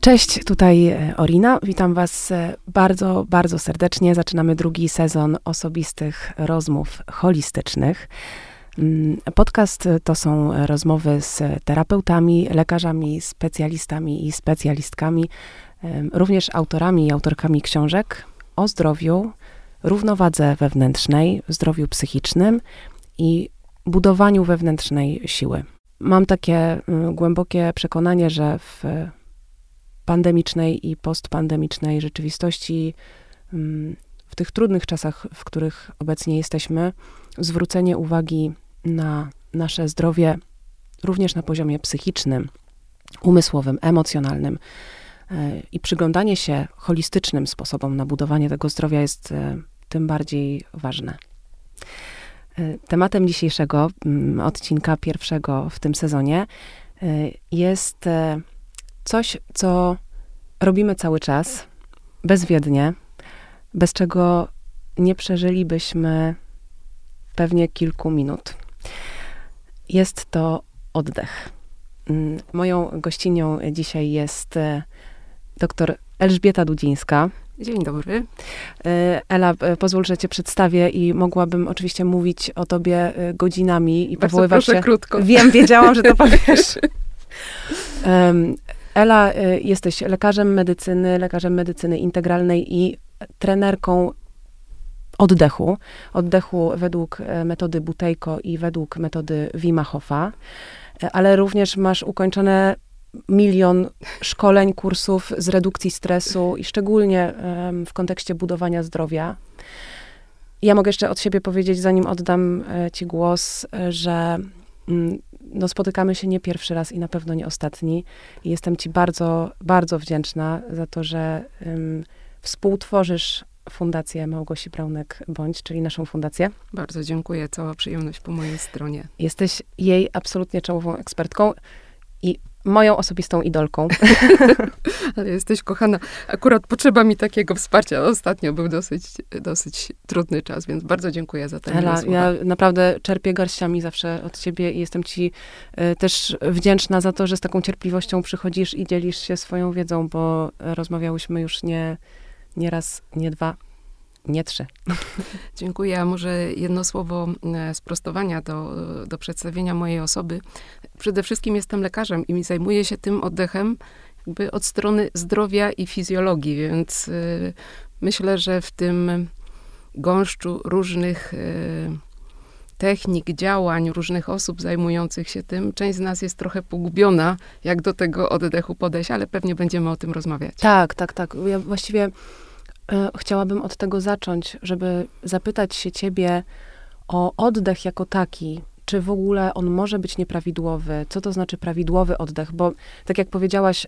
Cześć, tutaj Orina. Witam Was bardzo, bardzo serdecznie. Zaczynamy drugi sezon osobistych rozmów holistycznych. Podcast to są rozmowy z terapeutami, lekarzami, specjalistami i specjalistkami, również autorami i autorkami książek o zdrowiu, równowadze wewnętrznej, zdrowiu psychicznym i budowaniu wewnętrznej siły. Mam takie głębokie przekonanie, że w pandemicznej i postpandemicznej rzeczywistości, w tych trudnych czasach, w których obecnie jesteśmy, zwrócenie uwagi na nasze zdrowie, również na poziomie psychicznym, umysłowym, emocjonalnym i przyglądanie się holistycznym sposobom na budowanie tego zdrowia jest tym bardziej ważne. Tematem dzisiejszego odcinka pierwszego w tym sezonie jest coś, co robimy cały czas, bezwiednie, bez czego nie przeżylibyśmy pewnie kilku minut. Jest to oddech. Moją gościnią dzisiaj jest dr Elżbieta Dudzińska. Dzień dobry. Ela, pozwól, że cię przedstawię i mogłabym oczywiście mówić o tobie godzinami i powoływać się... krótko. Wiem, wiedziałam, że to powiesz. Ela, jesteś lekarzem medycyny integralnej i trenerką oddechu. Oddechu według metody Buteyko i według metody Wima Hofa, ale również masz ukończone 1 milion szkoleń, kursów z redukcji stresu i szczególnie w kontekście budowania zdrowia. Ja mogę jeszcze od siebie powiedzieć, zanim oddam ci głos, że spotykamy się nie pierwszy raz i na pewno nie ostatni. I jestem ci bardzo, bardzo wdzięczna za to, że współtworzysz Fundację Małgosi Braunek-Bądź, czyli naszą fundację. Bardzo dziękuję, cała przyjemność po mojej stronie. Jesteś jej absolutnie czołową ekspertką i moją osobistą idolką. Ale jesteś kochana. Akurat potrzeba mi takiego wsparcia. Ostatnio był dosyć trudny czas, więc bardzo dziękuję za ten Ela, ja naprawdę czerpię garściami zawsze od ciebie i jestem ci też wdzięczna za to, że z taką cierpliwością przychodzisz i dzielisz się swoją wiedzą, bo rozmawiałyśmy już nie raz, nie 2, nie 3. Dziękuję. A może jedno słowo sprostowania do przedstawienia mojej osoby. Przede wszystkim jestem lekarzem i zajmuję się tym oddechem jakby od strony zdrowia i fizjologii, więc myślę, że w tym gąszczu różnych technik, działań, różnych osób zajmujących się tym, część z nas jest trochę pogubiona, jak do tego oddechu podejść, ale pewnie będziemy o tym rozmawiać. Tak. Ja właściwie chciałabym od tego zacząć, żeby zapytać się ciebie o oddech jako taki. Czy w ogóle on może być nieprawidłowy? Co to znaczy prawidłowy oddech? Bo tak jak powiedziałaś,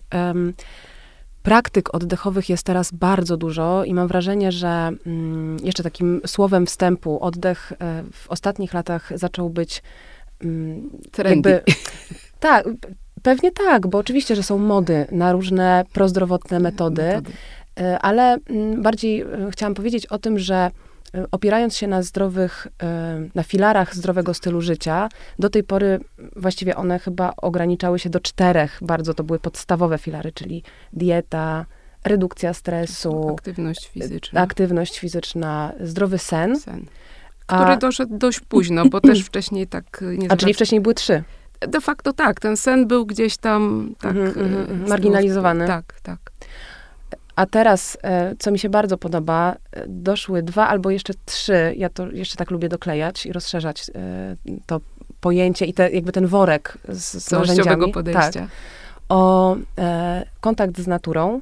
praktyk oddechowych jest teraz bardzo dużo i mam wrażenie, że jeszcze takim słowem wstępu oddech w ostatnich latach zaczął być trendy. Tak, pewnie tak, bo oczywiście, że są mody na różne prozdrowotne metody. Ale bardziej chciałam powiedzieć o tym, że opierając się na filarach zdrowego stylu życia, do tej pory właściwie one chyba ograniczały się do 4, bardzo to były podstawowe filary, czyli dieta, redukcja stresu, aktywność fizyczna, zdrowy sen. Który doszedł dość późno, bo też wcześniej tak nie... czyli wcześniej były 3? De facto tak, ten sen był gdzieś tam tak... marginalizowany. Tak. A teraz, co mi się bardzo podoba, doszły 2 albo jeszcze 3, ja to jeszcze tak lubię doklejać i rozszerzać to pojęcie i jakby ten worek z narzędziami. Podejścia. Tak, o kontakt z naturą,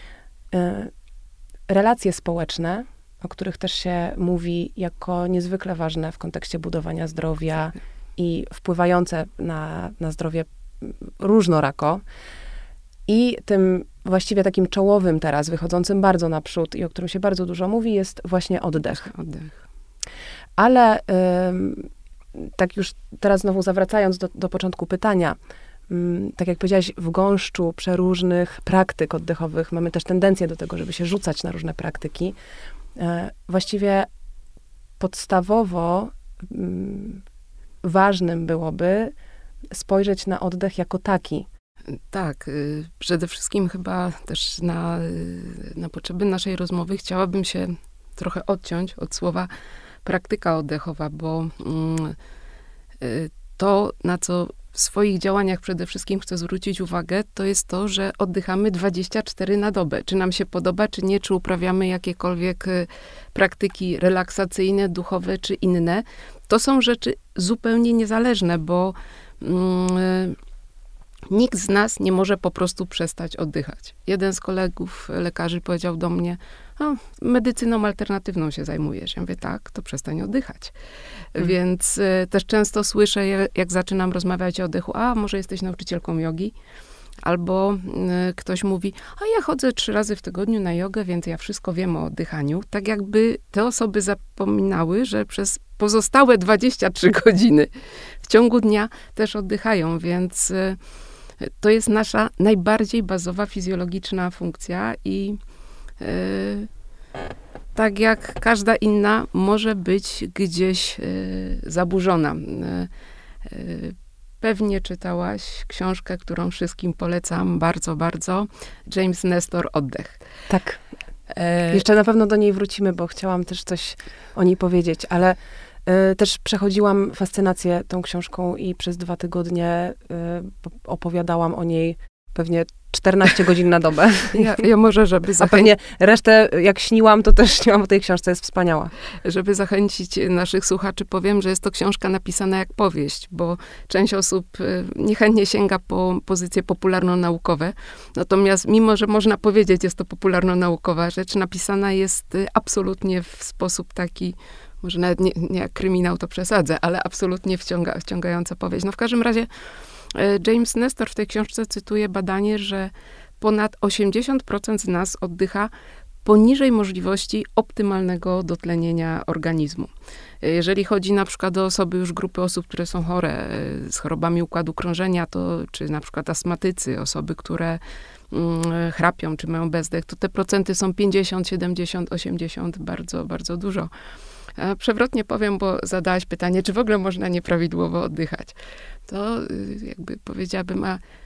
relacje społeczne, o których też się mówi jako niezwykle ważne w kontekście budowania zdrowia i wpływające na zdrowie różnorako. I tym właściwie takim czołowym teraz, wychodzącym bardzo naprzód i o którym się bardzo dużo mówi, jest właśnie oddech. Ale tak już teraz znowu zawracając do początku pytania, tak jak powiedziałaś, w gąszczu przeróżnych praktyk oddechowych mamy też tendencję do tego, żeby się rzucać na różne praktyki. Właściwie podstawowo ważnym byłoby spojrzeć na oddech jako taki. Tak, przede wszystkim chyba też na potrzeby naszej rozmowy chciałabym się trochę odciąć od słowa praktyka oddechowa, bo to, na co w swoich działaniach przede wszystkim chcę zwrócić uwagę, to jest to, że oddychamy 24 na dobę. Czy nam się podoba, czy nie, czy uprawiamy jakiekolwiek praktyki relaksacyjne, duchowe, czy inne. To są rzeczy zupełnie niezależne, bo nikt z nas nie może po prostu przestać oddychać. Jeden z kolegów lekarzy powiedział do mnie, medycyną alternatywną się zajmujesz. Ja mówię, tak, to przestań oddychać. Więc też często słyszę, jak zaczynam rozmawiać o oddechu, może jesteś nauczycielką jogi? Albo ktoś mówi, ja chodzę 3 razy w tygodniu na jogę, więc ja wszystko wiem o oddychaniu. Tak jakby te osoby zapominały, że przez pozostałe 23 godziny w ciągu dnia też oddychają, więc to jest nasza najbardziej bazowa, fizjologiczna funkcja i tak jak każda inna może być gdzieś zaburzona. Pewnie czytałaś książkę, którą wszystkim polecam bardzo, bardzo. James Nestor, Oddech. Tak. Jeszcze na pewno do niej wrócimy, bo chciałam też coś o niej powiedzieć, ale też przechodziłam fascynację tą książką i przez 2 tygodnie opowiadałam o niej pewnie 14 godzin na dobę. Ja może, żeby A pewnie resztę, jak śniłam, to też śniłam o tej książce, jest wspaniała. Żeby zachęcić naszych słuchaczy, powiem, że jest to książka napisana jak powieść, bo część osób niechętnie sięga po pozycje popularno-naukowe. Natomiast mimo, że można powiedzieć, jest to popularno-naukowa rzecz, napisana jest absolutnie w sposób taki, może nawet nie jak kryminał, to przesadzę, ale absolutnie wciągająca powieść. No w każdym razie James Nestor w tej książce cytuje badanie, że ponad 80% z nas oddycha poniżej możliwości optymalnego dotlenienia organizmu. Jeżeli chodzi na przykład o osoby, już grupy osób, które są chore z chorobami układu krążenia, to czy na przykład astmatycy, osoby, które chrapią, czy mają bezdech, to te procenty są 50, 70, 80, bardzo, bardzo dużo. Przewrotnie powiem, bo zadałaś pytanie, czy w ogóle można nieprawidłowo oddychać. To jakby powiedziałabym,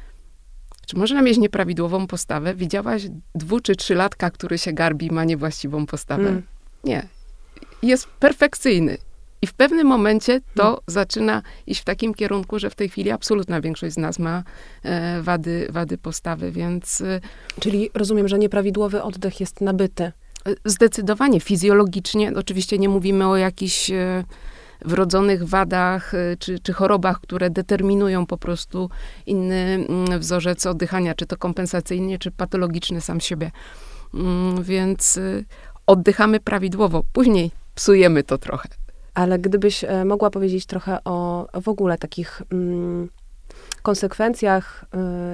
czy można mieć nieprawidłową postawę? Widziałaś 2 czy 3-latka, który się garbi i ma niewłaściwą postawę? Nie. Jest perfekcyjny. I w pewnym momencie to zaczyna iść w takim kierunku, że w tej chwili absolutna większość z nas ma wady postawy, więc... Czyli rozumiem, że nieprawidłowy oddech jest nabyty. Zdecydowanie, fizjologicznie. Oczywiście nie mówimy o jakichś wrodzonych wadach czy chorobach, które determinują po prostu inny wzorzec oddychania, czy to kompensacyjnie, czy patologiczny sam siebie. Więc oddychamy prawidłowo. Później psujemy to trochę. Ale gdybyś mogła powiedzieć trochę o w ogóle takich konsekwencjach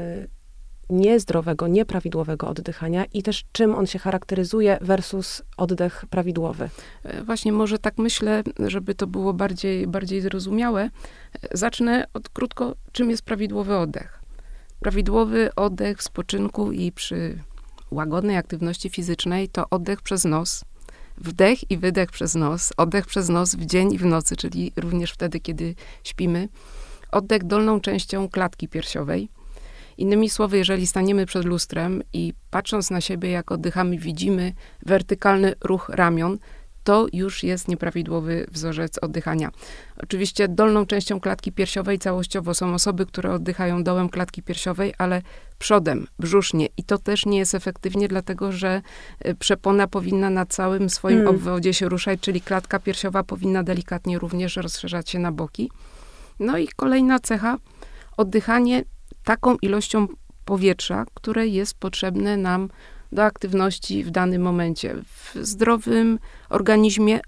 niezdrowego, nieprawidłowego oddychania i też czym on się charakteryzuje versus oddech prawidłowy. Właśnie może tak myślę, żeby to było bardziej zrozumiałe. Zacznę od krótko, czym jest prawidłowy oddech. Prawidłowy oddech w spoczynku i przy łagodnej aktywności fizycznej to oddech przez nos, wdech i wydech przez nos, oddech przez nos w dzień i w nocy, czyli również wtedy, kiedy śpimy. Oddech dolną częścią klatki piersiowej. Innymi słowy, jeżeli staniemy przed lustrem i patrząc na siebie, jak oddychamy, widzimy wertykalny ruch ramion, to już jest nieprawidłowy wzorzec oddychania. Oczywiście dolną częścią klatki piersiowej całościowo są osoby, które oddychają dołem klatki piersiowej, ale przodem, brzusznie. I to też nie jest efektywnie, dlatego że przepona powinna na całym swoim obwodzie się ruszać, czyli klatka piersiowa powinna delikatnie również rozszerzać się na boki. No i kolejna cecha, oddychanie taką ilością powietrza, które jest potrzebne nam do aktywności w danym momencie. W zdrowym organizmie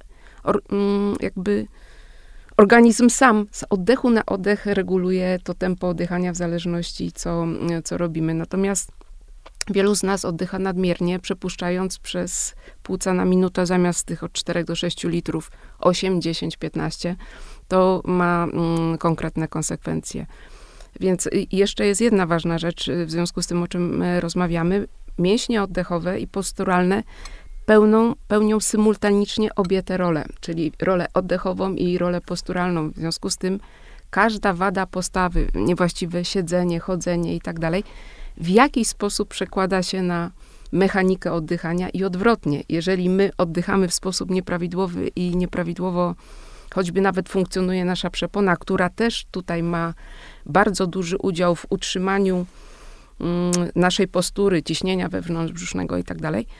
jakby organizm sam z oddechu na oddech reguluje to tempo oddychania w zależności co robimy. Natomiast wielu z nas oddycha nadmiernie, przepuszczając przez płuca na minutę zamiast tych od 4 do 6 litrów 8, 10, 15. To ma konkretne konsekwencje. Więc jeszcze jest jedna ważna rzecz w związku z tym, o czym rozmawiamy. Mięśnie oddechowe i posturalne pełnią symultanicznie obie te role, czyli rolę oddechową i rolę posturalną. W związku z tym każda wada postawy, niewłaściwe siedzenie, chodzenie i tak dalej, w jakiś sposób przekłada się na mechanikę oddychania i odwrotnie. Jeżeli my oddychamy w sposób nieprawidłowy i nieprawidłowo choćby nawet funkcjonuje nasza przepona, która też tutaj ma bardzo duży udział w utrzymaniu naszej postury, ciśnienia wewnątrzbrzusznego i tak dalej,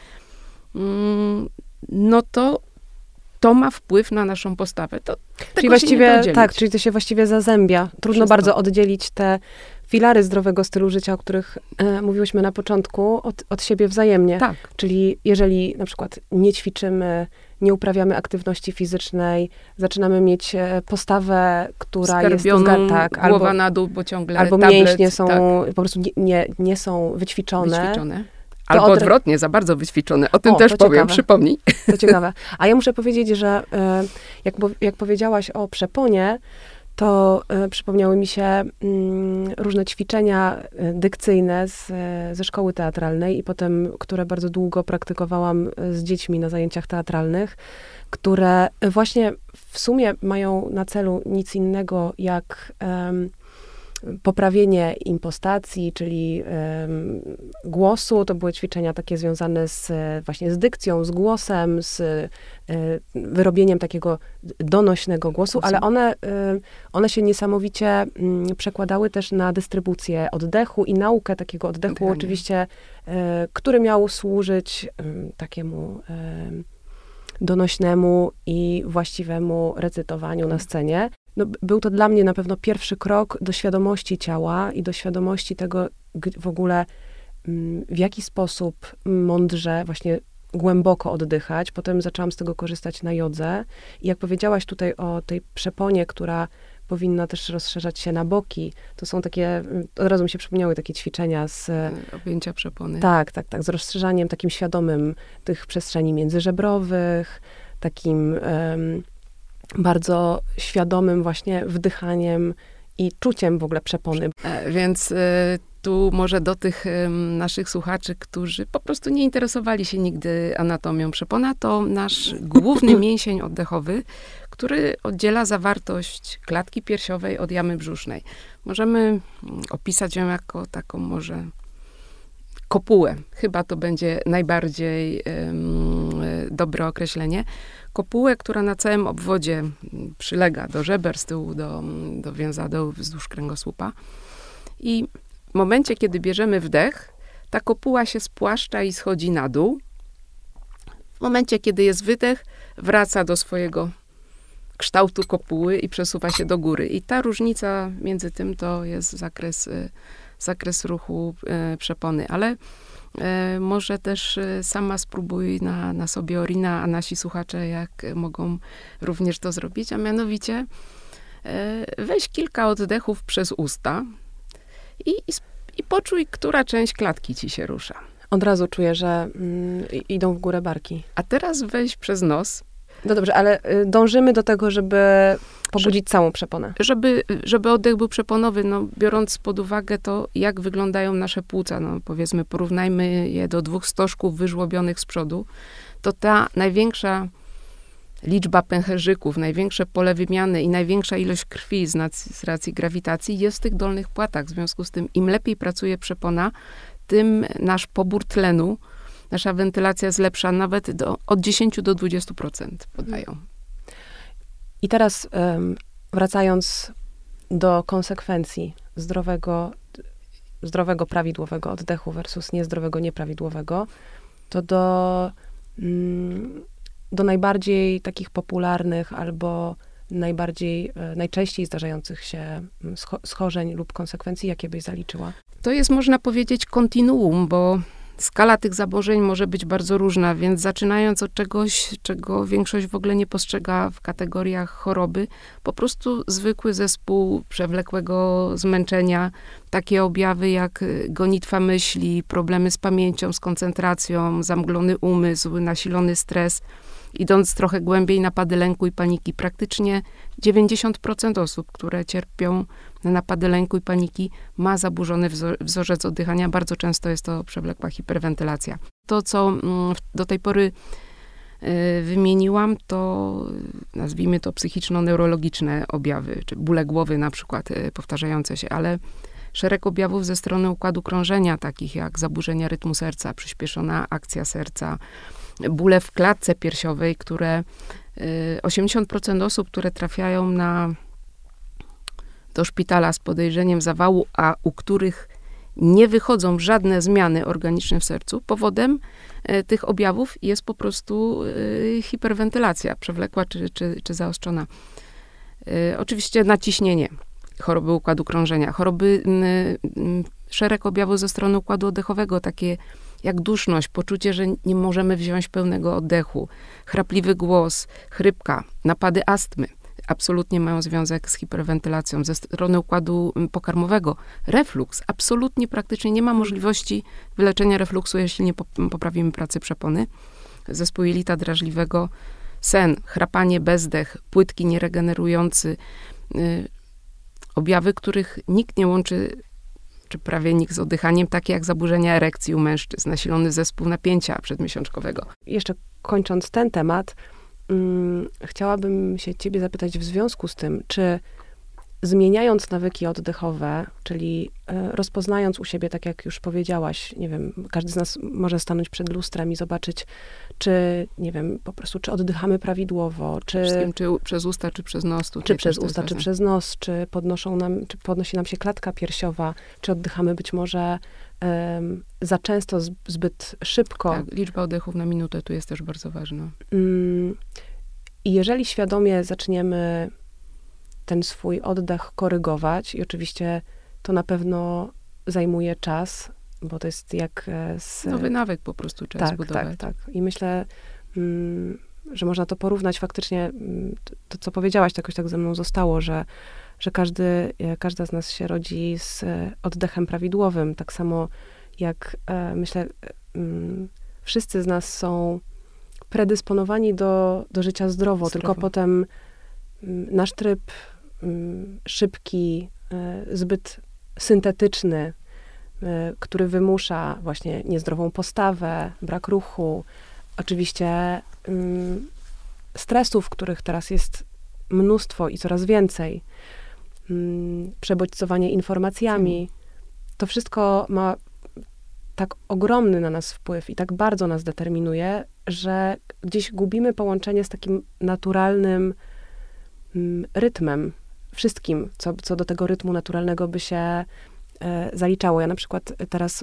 no to ma wpływ na naszą postawę. Czyli właściwie, tak, czyli to się właściwie zazębia. Trudno bardzo oddzielić te filary zdrowego stylu życia, o których mówiłyśmy na początku, od siebie wzajemnie. Tak. Czyli jeżeli na przykład nie ćwiczymy, nie uprawiamy aktywności fizycznej, zaczynamy mieć postawę, która jest głowa na dół, bo ciągle albo tablet, mięśnie są po prostu nie są wyćwiczone. Albo odwrotnie, za bardzo wyćwiczone. O tym też powiem, ciekawe. Przypomnij. To ciekawe. A ja muszę powiedzieć, że jak powiedziałaś o przeponie, to przypomniały mi się różne ćwiczenia dykcyjne ze szkoły teatralnej i potem, które bardzo długo praktykowałam z dziećmi na zajęciach teatralnych, które właśnie w sumie mają na celu nic innego jak poprawienie impostacji, czyli głosu. To były ćwiczenia takie związane właśnie z dykcją, z głosem, z wyrobieniem takiego donośnego głosu, ale one się niesamowicie przekładały też na dystrybucję oddechu i naukę takiego oddechu, oczywiście, który miał służyć takiemu donośnemu i właściwemu recytowaniu na scenie. No, był to dla mnie na pewno pierwszy krok do świadomości ciała i do świadomości tego w ogóle, w jaki sposób mądrze, właśnie głęboko oddychać. Potem zaczęłam z tego korzystać na jodze. I jak powiedziałaś tutaj o tej przeponie, która powinna też rozszerzać się na boki, to są takie, od razu mi się przypomniały takie ćwiczenia z... Objęcia przepony. Tak, z rozszerzaniem takim świadomym tych przestrzeni międzyżebrowych, takim bardzo świadomym właśnie wdychaniem i czuciem w ogóle przepony. Więc tu może do tych naszych słuchaczy, którzy po prostu nie interesowali się nigdy anatomią przepona, to nasz główny mięsień oddechowy, który oddziela zawartość klatki piersiowej od jamy brzusznej. Możemy opisać ją jako taką może kopułę. Chyba to będzie najbardziej dobre określenie. Kopułę, która na całym obwodzie przylega do żeber, z tyłu do więzadeł wzdłuż kręgosłupa. I w momencie, kiedy bierzemy wdech, ta kopuła się spłaszcza i schodzi na dół. W momencie, kiedy jest wydech, wraca do swojego kształtu kopuły i przesuwa się do góry. I ta różnica między tym to jest zakres ruchu przepony. Ale może też sama spróbuj na sobie, Orina, a nasi słuchacze jak mogą również to zrobić, a mianowicie weź kilka oddechów przez usta i poczuj, która część klatki ci się rusza. Od razu czuję, że idą w górę barki. A teraz weź przez nos. No dobrze, ale dążymy do tego, żeby pobudzić całą przeponę. Żeby oddech był przeponowy, no, biorąc pod uwagę to, jak wyglądają nasze płuca, no, powiedzmy, porównajmy je do 2 stożków wyżłobionych z przodu, to ta największa liczba pęcherzyków, największe pole wymiany i największa ilość krwi z racji grawitacji jest w tych dolnych płatach. W związku z tym, im lepiej pracuje przepona, tym nasz pobór tlenu, nasza wentylacja jest lepsza, nawet od 10 do 20% podają. I teraz wracając do konsekwencji zdrowego, prawidłowego oddechu versus niezdrowego, nieprawidłowego, to do najbardziej takich popularnych albo najczęściej zdarzających się schorzeń lub konsekwencji, jakie byś zaliczyła? To jest, można powiedzieć, kontinuum, bo skala tych zaburzeń może być bardzo różna, więc zaczynając od czegoś, czego większość w ogóle nie postrzega w kategoriach choroby, po prostu zwykły zespół przewlekłego zmęczenia, takie objawy jak gonitwa myśli, problemy z pamięcią, z koncentracją, zamglony umysł, nasilony stres. Idąc trochę głębiej, napady lęku i paniki. Praktycznie 90% osób, które cierpią na napady lęku i paniki, ma zaburzony wzorzec oddychania. Bardzo często jest to przewlekła hiperwentylacja. To, co do tej pory wymieniłam, to nazwijmy to psychiczno-neurologiczne objawy, czy bóle głowy na przykład powtarzające się, ale szereg objawów ze strony układu krążenia, takich jak zaburzenia rytmu serca, przyspieszona akcja serca, bóle w klatce piersiowej, które 80% osób, które trafiają do szpitala z podejrzeniem zawału, a u których nie wychodzą żadne zmiany organiczne w sercu, powodem tych objawów jest po prostu hiperwentylacja przewlekła czy zaostrzona. Oczywiście naciśnienie, choroby układu krążenia, szereg objawów ze strony układu oddechowego, takie jak duszność, poczucie, że nie możemy wziąć pełnego oddechu, chrapliwy głos, chrypka, napady astmy. Absolutnie mają związek z hiperwentylacją. Ze strony układu pokarmowego refluks. Absolutnie praktycznie nie ma możliwości wyleczenia refluksu, jeśli nie poprawimy pracy przepony. Zespół jelita drażliwego, sen, chrapanie, bezdech, płytki nieregenerujący. Objawy, których nikt nie łączy, czy prawie nikt, z oddychaniem, takie jak zaburzenia erekcji u mężczyzn, nasilony zespół napięcia przedmiesiączkowego. Jeszcze kończąc ten temat, chciałabym się ciebie zapytać w związku z tym, czy zmieniając nawyki oddechowe, czyli rozpoznając u siebie, tak jak już powiedziałaś, nie wiem, każdy z nas może stanąć przed lustrem i zobaczyć, czy, nie wiem, po prostu, czy oddychamy prawidłowo, czy przez usta, czy przez nos. Czy przez usta, czy przez nos, czy podnosi nam się klatka piersiowa, czy oddychamy być może za często, zbyt szybko. Tak, liczba oddechów na minutę tu jest też bardzo ważna. I jeżeli świadomie zaczniemy ten swój oddech korygować, i oczywiście to na pewno zajmuje czas, bo to jest jak nowy nawyk po prostu trzeba zbudować. Tak. I myślę, że można to porównać faktycznie, to co powiedziałaś, to jakoś tak ze mną zostało, że każda z nas się rodzi z oddechem prawidłowym, tak samo jak myślę, wszyscy z nas są predysponowani do życia zdrowo, tylko potem nasz tryb szybki, zbyt syntetyczny, który wymusza właśnie niezdrową postawę, brak ruchu, oczywiście stresów, których teraz jest mnóstwo i coraz więcej, przebodźcowanie informacjami, to wszystko ma tak ogromny na nas wpływ i tak bardzo nas determinuje, że gdzieś gubimy połączenie z takim naturalnym rytmem, wszystkim, co do tego rytmu naturalnego by się zaliczało. Ja na przykład teraz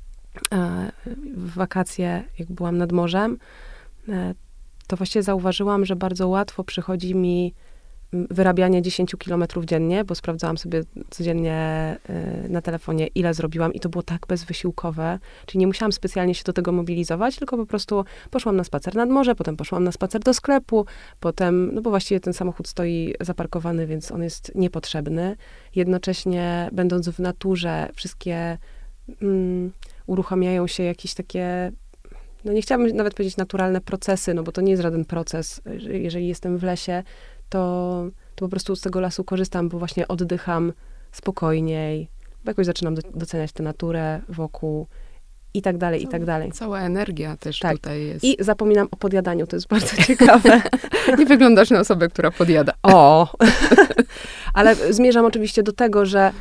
w wakacje, jak byłam nad morzem, to właściwie zauważyłam, że bardzo łatwo przychodzi mi wyrabianie 10 kilometrów dziennie, bo sprawdzałam sobie codziennie na telefonie, ile zrobiłam i to było tak bezwysiłkowe, czyli nie musiałam specjalnie się do tego mobilizować, tylko po prostu poszłam na spacer nad morze, potem poszłam na spacer do sklepu, potem, no bo właściwie ten samochód stoi zaparkowany, więc on jest niepotrzebny. Jednocześnie, będąc w naturze, wszystkie uruchamiają się jakieś takie, no nie chciałabym nawet powiedzieć naturalne procesy, no bo to nie jest żaden proces. Jeżeli jestem w lesie, to po prostu z tego lasu korzystam, bo właśnie oddycham spokojniej, bo jakoś zaczynam doceniać tę naturę wokół i tak dalej, i tak dalej. Cała energia też tutaj jest. I zapominam o podjadaniu, to jest bardzo ciekawe. Nie wyglądasz na osobę, która podjada. O! Ale zmierzam oczywiście do tego, że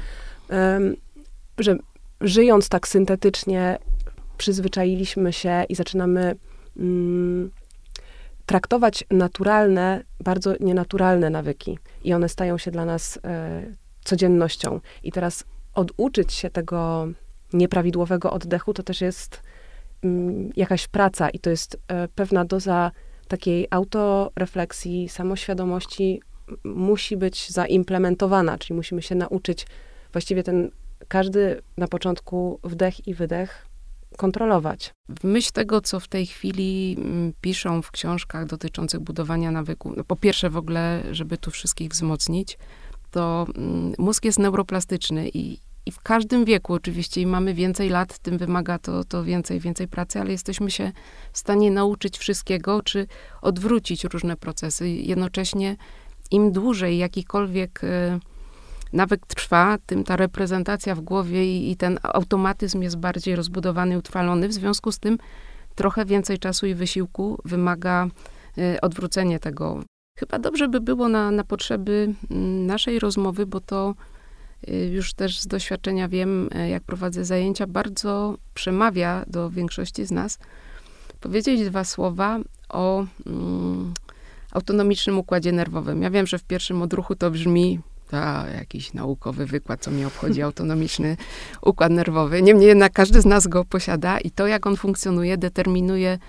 żyjąc tak syntetycznie, przyzwyczailiśmy się i zaczynamy traktować naturalne, bardzo nienaturalne nawyki. I one stają się dla nas codziennością. I teraz oduczyć się tego nieprawidłowego oddechu, to też jest jakaś praca i to jest pewna doza takiej autorefleksji, samoświadomości musi być zaimplementowana, czyli musimy się nauczyć właściwie ten każdy na początku wdech i wydech kontrolować. W myśl tego, co w tej chwili piszą w książkach dotyczących budowania nawyku, no po pierwsze w ogóle, żeby tu wszystkich wzmocnić, to mózg jest neuroplastyczny i w każdym wieku oczywiście, im mamy więcej lat, tym wymaga to więcej pracy, ale jesteśmy się w stanie nauczyć wszystkiego, czy odwrócić różne procesy. Jednocześnie im dłużej jakikolwiek nawyk trwa, tym ta reprezentacja w głowie i ten automatyzm jest bardziej rozbudowany, utrwalony. W związku z tym trochę więcej czasu i wysiłku wymaga odwrócenie tego. Chyba dobrze by było na potrzeby naszej rozmowy, bo to już też z doświadczenia wiem, jak prowadzę zajęcia, bardzo przemawia do większości z nas, powiedzieć 2 słowa o autonomicznym układzie nerwowym. Ja wiem, że w pierwszym odruchu to brzmi jakiś naukowy wykład, co mnie obchodzi autonomiczny układ nerwowy. Niemniej jednak każdy z nas go posiada i to, jak on funkcjonuje, determinuje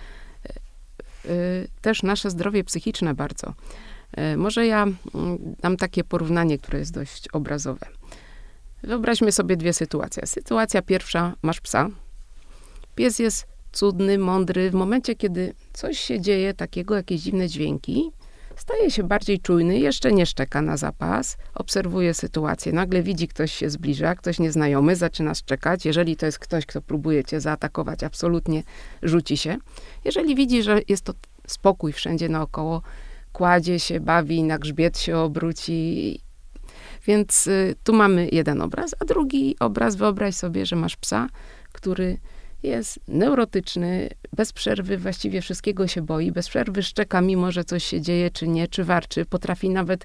też nasze zdrowie psychiczne bardzo. Może ja dam takie porównanie, które jest dość obrazowe. Wyobraźmy sobie 2 sytuacje. Sytuacja pierwsza, masz psa. Pies jest cudny, mądry. W momencie, kiedy coś się dzieje, takiego, jakieś dziwne dźwięki, staje się bardziej czujny, jeszcze nie szczeka na zapas, obserwuje sytuację. Nagle widzi, ktoś się zbliża, ktoś nieznajomy, zaczyna szczekać. Jeżeli to jest ktoś, kto próbuje cię zaatakować, absolutnie rzuci się. Jeżeli widzi, że jest to spokój wszędzie naokoło, kładzie się, bawi, na grzbiet się obróci. Więc tu mamy jeden obraz, a drugi obraz, wyobraź sobie, że masz psa, który jest neurotyczny, bez przerwy właściwie wszystkiego się boi, bez przerwy szczeka, mimo że coś się dzieje, czy nie, czy warczy, potrafi nawet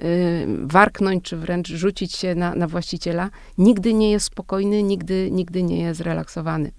warknąć, czy wręcz rzucić się na właściciela. Nigdy nie jest spokojny, nigdy nie jest zrelaksowany.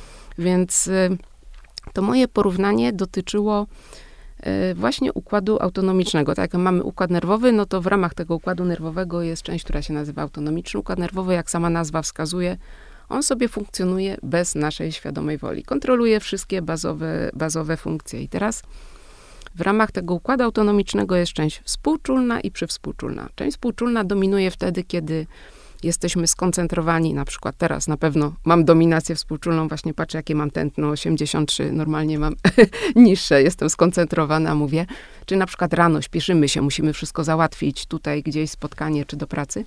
Więc to moje porównanie dotyczyło właśnie układu autonomicznego. Tak jak mamy układ nerwowy, no to w ramach tego układu nerwowego jest część, która się nazywa autonomiczny układ nerwowy. Jak sama nazwa wskazuje, on sobie funkcjonuje bez naszej świadomej woli. Kontroluje wszystkie bazowe funkcje. I teraz w ramach tego układu autonomicznego jest część współczulna i przywspółczulna. Część współczulna dominuje wtedy, kiedy jesteśmy skoncentrowani, na przykład teraz na pewno mam dominację współczulną, właśnie patrzę, jakie mam tętno, 83, normalnie mam niższe, jestem skoncentrowana, mówię. Czy na przykład rano śpieszymy się, musimy wszystko załatwić, tutaj gdzieś spotkanie, czy do pracy.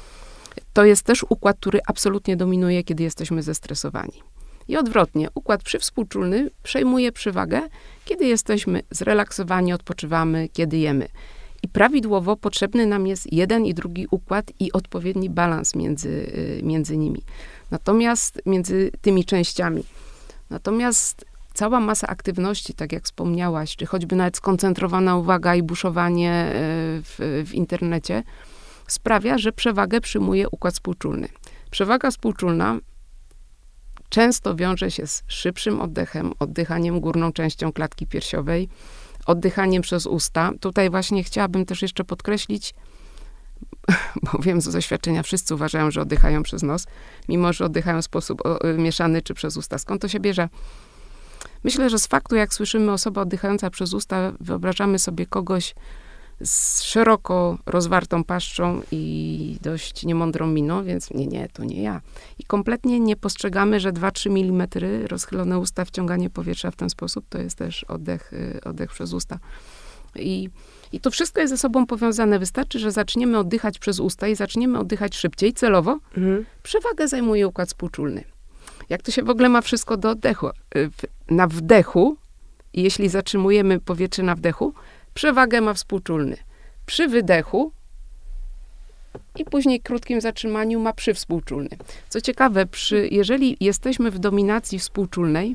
To jest też układ, który absolutnie dominuje, kiedy jesteśmy zestresowani. I odwrotnie, układ przywspółczulny przejmuje przewagę, kiedy jesteśmy zrelaksowani, odpoczywamy, kiedy jemy. I prawidłowo potrzebny nam jest jeden i drugi układ i odpowiedni balans między nimi. Natomiast między tymi częściami. Natomiast cała masa aktywności, tak jak wspomniałaś, czy choćby nawet skoncentrowana uwaga i buszowanie w internecie, sprawia, że przewagę przyjmuje układ współczulny. Przewaga współczulna często wiąże się z szybszym oddechem, oddychaniem górną częścią klatki piersiowej, oddychaniem przez usta. Tutaj właśnie chciałabym też jeszcze podkreślić, bo wiem z doświadczenia, wszyscy uważają, że oddychają przez nos, mimo że oddychają w sposób mieszany czy przez usta. Skąd to się bierze? Myślę, że z faktu, jak słyszymy osobę oddychająca przez usta, wyobrażamy sobie kogoś z szeroko rozwartą paszczą i dość niemądrą miną, więc nie, to nie ja. I kompletnie nie postrzegamy, że 2-3 mm rozchylone usta, wciąganie powietrza w ten sposób, to jest też oddech przez usta. I to wszystko jest ze sobą powiązane. Wystarczy, że zaczniemy oddychać przez usta i zaczniemy oddychać szybciej, celowo. Przewagę zajmuje układ współczulny. Jak to się w ogóle ma wszystko do oddechu? Na wdechu, jeśli zatrzymujemy powietrze na wdechu, przewagę ma współczulny. Przy wydechu i później krótkim zatrzymaniu ma przywspółczulny. Co ciekawe, jeżeli jesteśmy w dominacji współczulnej,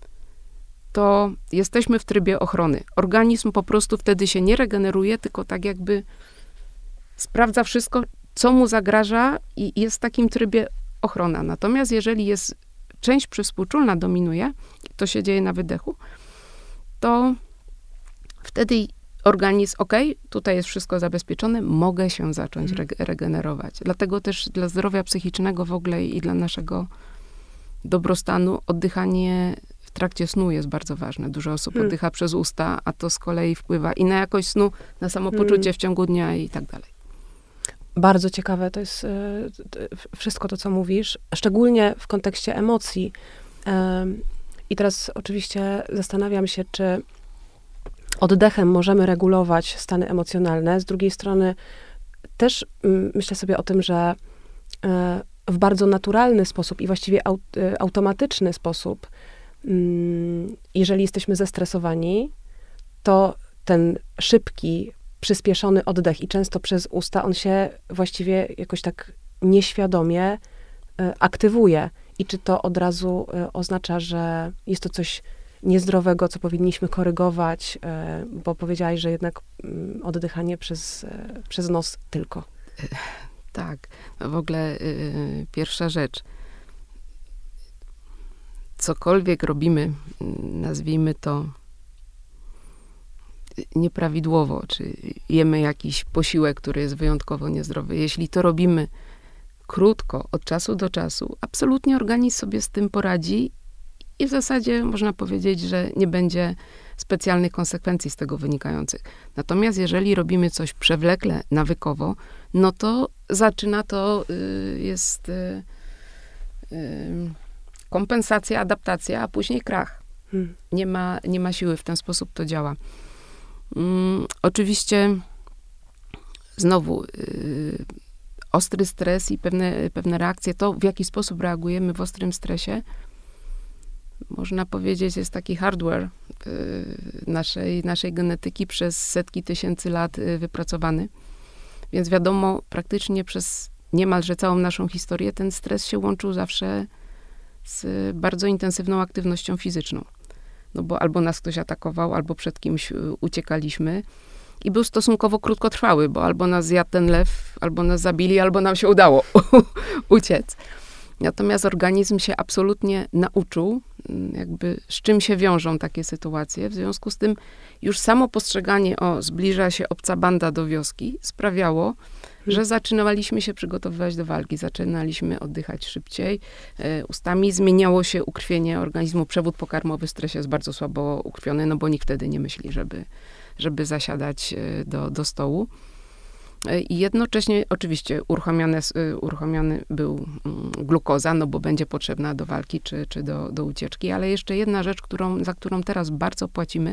to jesteśmy w trybie ochrony. Organizm po prostu wtedy się nie regeneruje, tylko tak jakby sprawdza wszystko, co mu zagraża i jest w takim trybie ochrona. Natomiast jeżeli jest część przywspółczulna dominuje, to się dzieje na wydechu, to wtedy organizm, tutaj jest wszystko zabezpieczone, mogę się zacząć regenerować. Dlatego też dla zdrowia psychicznego w ogóle i dla naszego dobrostanu oddychanie w trakcie snu jest bardzo ważne. Dużo osób oddycha przez usta, a to z kolei wpływa i na jakość snu, na samopoczucie w ciągu dnia i tak dalej. Bardzo ciekawe to jest wszystko to, co mówisz, szczególnie w kontekście emocji. I teraz oczywiście zastanawiam się, czy oddechem możemy regulować stany emocjonalne. Z drugiej strony też myślę sobie o tym, że w bardzo naturalny sposób i właściwie automatyczny sposób, jeżeli jesteśmy zestresowani, to ten szybki, przyspieszony oddech i często przez usta, on się właściwie jakoś tak nieświadomie aktywuje. I czy to od razu oznacza, że jest to coś niezdrowego, co powinniśmy korygować, bo powiedziałaś, że jednak oddychanie przez nos tylko. Tak, w ogóle pierwsza rzecz. Cokolwiek robimy, nazwijmy to nieprawidłowo, czy jemy jakiś posiłek, który jest wyjątkowo niezdrowy. Jeśli to robimy krótko, od czasu do czasu, absolutnie organizm sobie z tym poradzi i w zasadzie można powiedzieć, że nie będzie specjalnych konsekwencji z tego wynikających. Natomiast jeżeli robimy coś przewlekle, nawykowo, no to zaczyna to, jest kompensacja, adaptacja, a później krach. Nie ma siły, w ten sposób to działa. Oczywiście znowu ostry stres i pewne reakcje, to w jaki sposób reagujemy w ostrym stresie, można powiedzieć, jest taki hardware naszej genetyki przez setki tysięcy lat wypracowany. Więc wiadomo, praktycznie przez niemalże całą naszą historię ten stres się łączył zawsze z bardzo intensywną aktywnością fizyczną. No bo albo nas ktoś atakował, albo przed kimś uciekaliśmy. I był stosunkowo krótkotrwały, bo albo nas zjadł ten lew, albo nas zabili, albo nam się udało uciec. Natomiast organizm się absolutnie nauczył, jakby z czym się wiążą takie sytuacje. W związku z tym już samo postrzeganie, zbliża się obca banda do wioski, sprawiało, że zaczynaliśmy się przygotowywać do walki, zaczynaliśmy oddychać szybciej. Ustami zmieniało się ukrwienie organizmu, przewód pokarmowy w stresie jest bardzo słabo ukrwiony, no bo nikt wtedy nie myśli, żeby zasiadać do stołu. I jednocześnie oczywiście uruchomiony był glukoza, no bo będzie potrzebna do walki czy do ucieczki, ale jeszcze jedna rzecz, za którą teraz bardzo płacimy.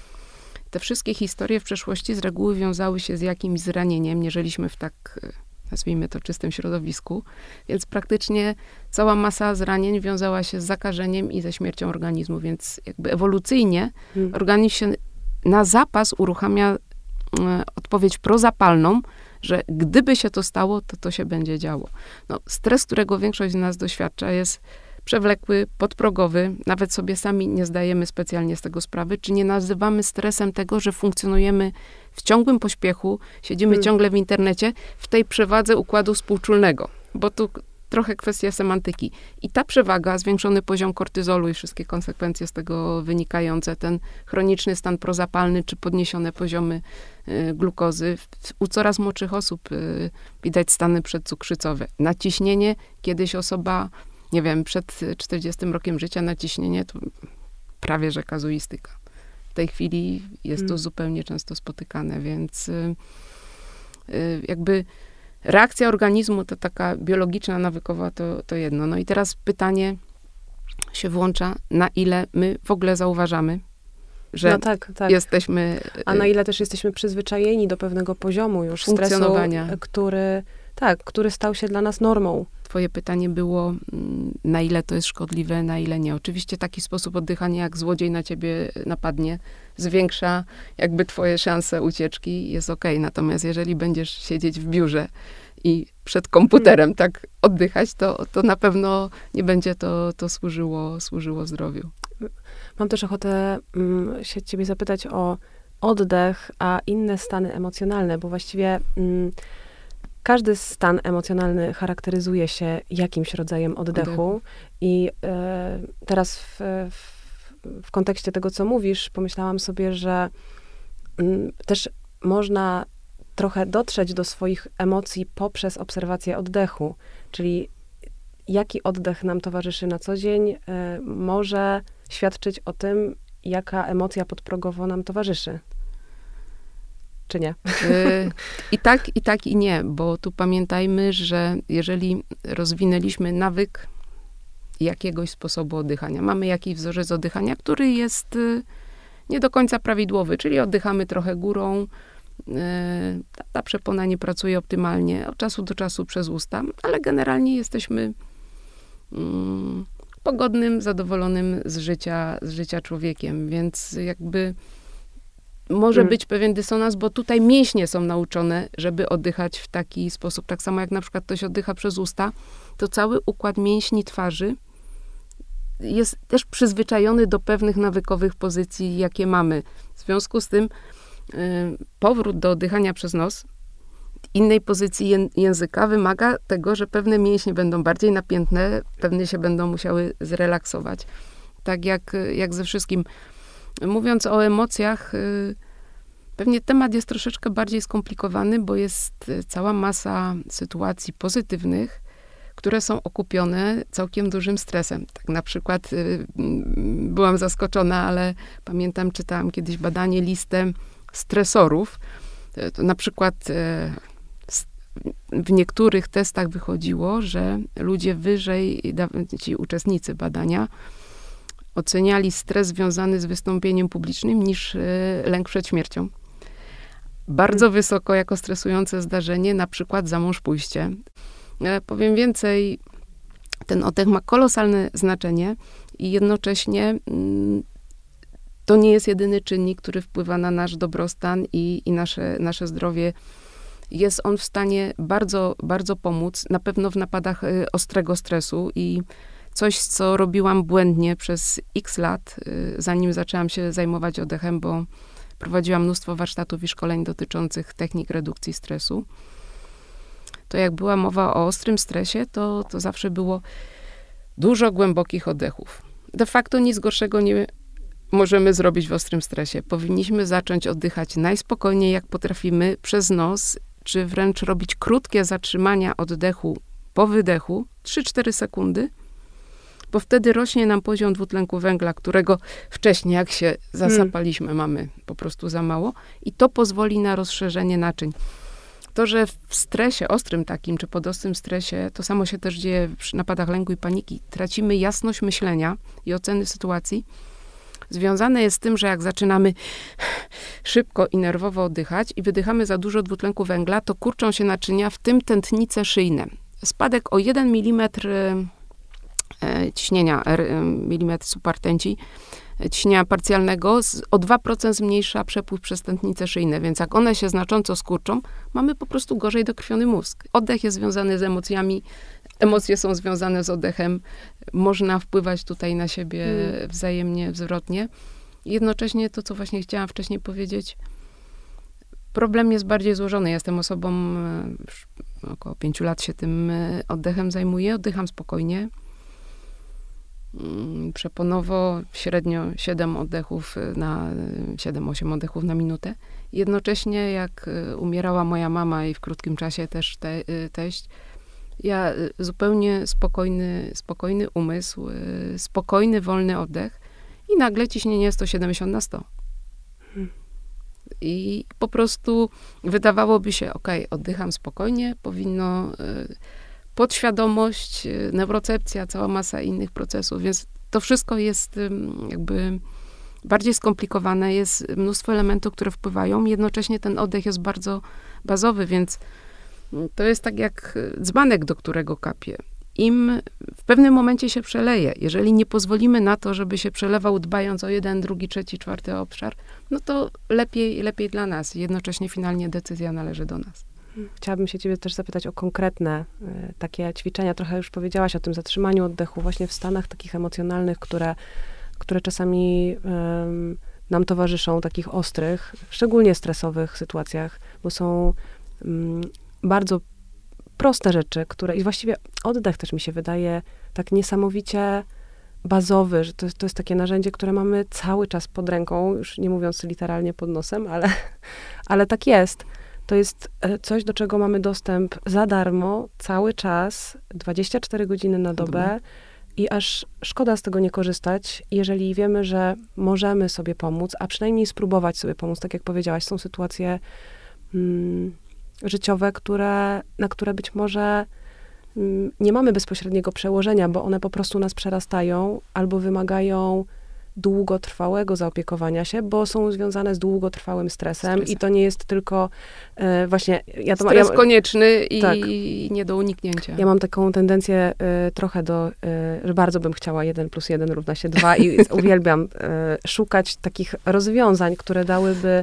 Te wszystkie historie w przeszłości z reguły wiązały się z jakimś zranieniem, nie żyliśmy w tak, nazwijmy to, czystym środowisku, więc praktycznie cała masa zranień wiązała się z zakażeniem i ze śmiercią organizmu, więc jakby ewolucyjnie organizm się na zapas uruchamia odpowiedź prozapalną, że gdyby się to stało, to się będzie działo. No, stres, którego większość z nas doświadcza, jest przewlekły, podprogowy, nawet sobie sami nie zdajemy specjalnie z tego sprawy, czy nie nazywamy stresem tego, że funkcjonujemy w ciągłym pośpiechu, siedzimy ciągle w internecie, w tej przewadze układu współczulnego, bo tu trochę kwestia semantyki. I ta przewaga, zwiększony poziom kortyzolu i wszystkie konsekwencje z tego wynikające, ten chroniczny stan prozapalny, czy podniesione poziomy glukozy. U coraz młodszych osób widać stany przedcukrzycowe. Naciśnienie, kiedyś osoba, nie wiem, przed 40 rokiem życia naciśnienie to prawie że kazuistyka. W tej chwili jest to zupełnie często spotykane, więc jakby reakcja organizmu to taka biologiczna, nawykowa, to jedno. No i teraz pytanie się włącza, na ile my w ogóle zauważamy, że jesteśmy... A na ile też jesteśmy przyzwyczajeni do pewnego poziomu już funkcjonowania, stresu, który stał się dla nas normą. Twoje pytanie było, na ile to jest szkodliwe, na ile nie. Oczywiście taki sposób oddychania, jak złodziej na ciebie napadnie, zwiększa jakby twoje szanse ucieczki, jest okej. Natomiast jeżeli będziesz siedzieć w biurze i przed komputerem tak oddychać, to na pewno nie będzie to służyło zdrowiu. Mam też ochotę się ciebie zapytać o oddech, a inne stany emocjonalne, bo właściwie każdy stan emocjonalny charakteryzuje się jakimś rodzajem oddechu. I teraz w kontekście tego, co mówisz, pomyślałam sobie, że też można trochę dotrzeć do swoich emocji poprzez obserwację oddechu. Czyli jaki oddech nam towarzyszy na co dzień, może świadczyć o tym, jaka emocja podprogowo nam towarzyszy. Czy nie? I tak, i nie, bo tu pamiętajmy, że jeżeli rozwinęliśmy nawyk jakiegoś sposobu oddychania, mamy jakiś wzorzec oddychania, który jest nie do końca prawidłowy, czyli oddychamy trochę górą, ta przepona nie pracuje optymalnie, od czasu do czasu przez usta, ale generalnie jesteśmy pogodnym, zadowolonym z życia człowiekiem, więc jakby może być pewien dysonans, bo tutaj mięśnie są nauczone, żeby oddychać w taki sposób. Tak samo jak na przykład ktoś oddycha przez usta, to cały układ mięśni twarzy jest też przyzwyczajony do pewnych nawykowych pozycji, jakie mamy. W związku z tym powrót do oddychania przez nos, innej pozycji języka wymaga tego, że pewne mięśnie będą bardziej napiętne, pewne się będą musiały zrelaksować. Tak jak ze wszystkim. Mówiąc o emocjach, pewnie temat jest troszeczkę bardziej skomplikowany, bo jest cała masa sytuacji pozytywnych, które są okupione całkiem dużym stresem. Tak na przykład byłam zaskoczona, ale pamiętam, czytałam kiedyś badanie, listę stresorów. To na przykład w niektórych testach wychodziło, że ludzie wyżej, ci uczestnicy badania, oceniali stres związany z wystąpieniem publicznym niż lęk przed śmiercią. Bardzo wysoko jako stresujące zdarzenie, na przykład za mąż pójście. Powiem więcej, ten oddech ma kolosalne znaczenie i jednocześnie to nie jest jedyny czynnik, który wpływa na nasz dobrostan i nasze zdrowie. Jest on w stanie bardzo, bardzo pomóc, na pewno w napadach ostrego stresu i coś, co robiłam błędnie przez x lat, zanim zaczęłam się zajmować oddechem, bo prowadziłam mnóstwo warsztatów i szkoleń dotyczących technik redukcji stresu. To jak była mowa o ostrym stresie, to zawsze było dużo głębokich oddechów. De facto nic gorszego nie możemy zrobić w ostrym stresie. Powinniśmy zacząć oddychać najspokojniej, jak potrafimy, przez nos, czy wręcz robić krótkie zatrzymania oddechu po wydechu, 3-4 sekundy, bo wtedy rośnie nam poziom dwutlenku węgla, którego wcześniej, jak się zasapaliśmy, mamy po prostu za mało i to pozwoli na rozszerzenie naczyń. To, że w stresie ostrym takim, czy podostrym stresie, to samo się też dzieje przy napadach lęku i paniki, tracimy jasność myślenia i oceny sytuacji, związane jest z tym, że jak zaczynamy szybko i nerwowo oddychać i wydychamy za dużo dwutlenku węgla, to kurczą się naczynia, w tym tętnice szyjne. Spadek o 1 mm ciśnienia, milimetr subartęci, ciśnienia parcjalnego, o 2% zmniejsza przepływ przez tętnice szyjne, więc jak one się znacząco skurczą, mamy po prostu gorzej dokrwiony mózg. Oddech jest związany z emocjami, emocje są związane z oddechem, można wpływać tutaj na siebie wzajemnie, zwrotnie. Jednocześnie to, co właśnie chciałam wcześniej powiedzieć, problem jest bardziej złożony. Jestem osobą, już około 5 lat się tym oddechem zajmuję, oddycham spokojnie. Przeponowo średnio 7 oddechów na 7-8 oddechów na minutę. Jednocześnie jak umierała moja mama i w krótkim czasie też teść, ja zupełnie spokojny umysł, spokojny, wolny oddech i nagle ciśnienie 170/100. I po prostu wydawałoby się, oddycham spokojnie, powinno podświadomość, neurocepcja, cała masa innych procesów, więc to wszystko jest jakby bardziej skomplikowane, jest mnóstwo elementów, które wpływają, jednocześnie ten oddech jest bardzo bazowy, więc to jest tak jak dzbanek, do którego kapie. Im w pewnym momencie się przeleje. Jeżeli nie pozwolimy na to, żeby się przelewał, dbając o 1, 2, 3, 4 obszar, no to lepiej dla nas. Jednocześnie finalnie decyzja należy do nas. Chciałabym się ciebie też zapytać o konkretne takie ćwiczenia. Trochę już powiedziałaś o tym zatrzymaniu oddechu właśnie w stanach takich emocjonalnych, które czasami nam towarzyszą, takich ostrych, szczególnie stresowych sytuacjach, bo są bardzo proste rzeczy, które i właściwie oddech też mi się wydaje tak niesamowicie bazowy, że to jest takie narzędzie, które mamy cały czas pod ręką, już nie mówiąc literalnie pod nosem, ale tak jest. To jest coś, do czego mamy dostęp za darmo, cały czas, 24 godziny na dobę i aż szkoda z tego nie korzystać, jeżeli wiemy, że możemy sobie pomóc, a przynajmniej spróbować sobie pomóc. Tak jak powiedziałaś, są sytuacje życiowe, na które być może nie mamy bezpośredniego przełożenia, bo one po prostu nas przerastają albo wymagają długotrwałego zaopiekowania się, bo są związane z długotrwałym stresem i to nie jest tylko właśnie... Stres konieczny tak. i nie do uniknięcia. Ja mam taką tendencję trochę że bardzo bym chciała 1 + 1 równa się 2 i uwielbiam szukać takich rozwiązań, które dałyby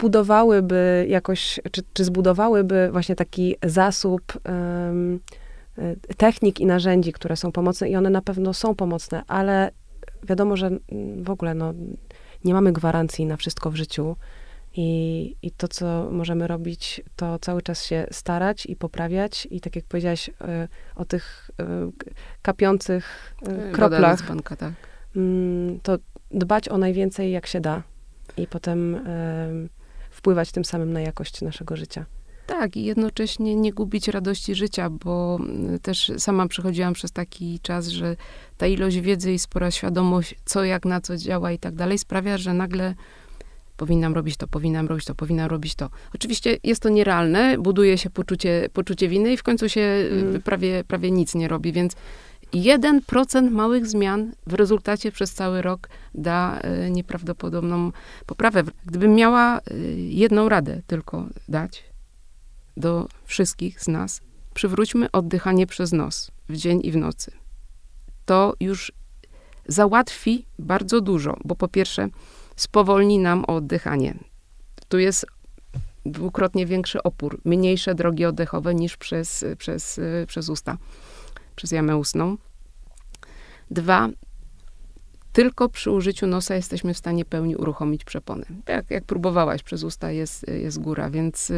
obudowałyby jakoś, czy zbudowałyby właśnie taki zasób technik i narzędzi, które są pomocne i one na pewno są pomocne, ale wiadomo, że w ogóle nie mamy gwarancji na wszystko w życiu i to, co możemy robić, to cały czas się starać i poprawiać i tak jak powiedziałaś o tych kapiących kroplach, z banka, tak. To dbać o najwięcej jak się da i potem wpływać tym samym na jakość naszego życia. Tak, i jednocześnie nie gubić radości życia, bo też sama przechodziłam przez taki czas, że ta ilość wiedzy i spora świadomość, co jak na co działa i tak dalej, sprawia, że nagle powinnam robić to, powinnam robić to, powinnam robić to. Oczywiście jest to nierealne, buduje się poczucie winy i w końcu się prawie nic nie robi, więc 1% małych zmian w rezultacie przez cały rok da nieprawdopodobną poprawę. Gdybym miała jedną radę tylko dać do wszystkich z nas, przywróćmy oddychanie przez nos w dzień i w nocy. To już załatwi bardzo dużo, bo po pierwsze spowolni nam oddychanie. Tu jest dwukrotnie większy opór, mniejsze drogi oddechowe niż przez usta, przez jamę ustną. 2, tylko przy użyciu nosa jesteśmy w stanie pełni uruchomić przepony. Jak próbowałaś, przez usta jest góra, więc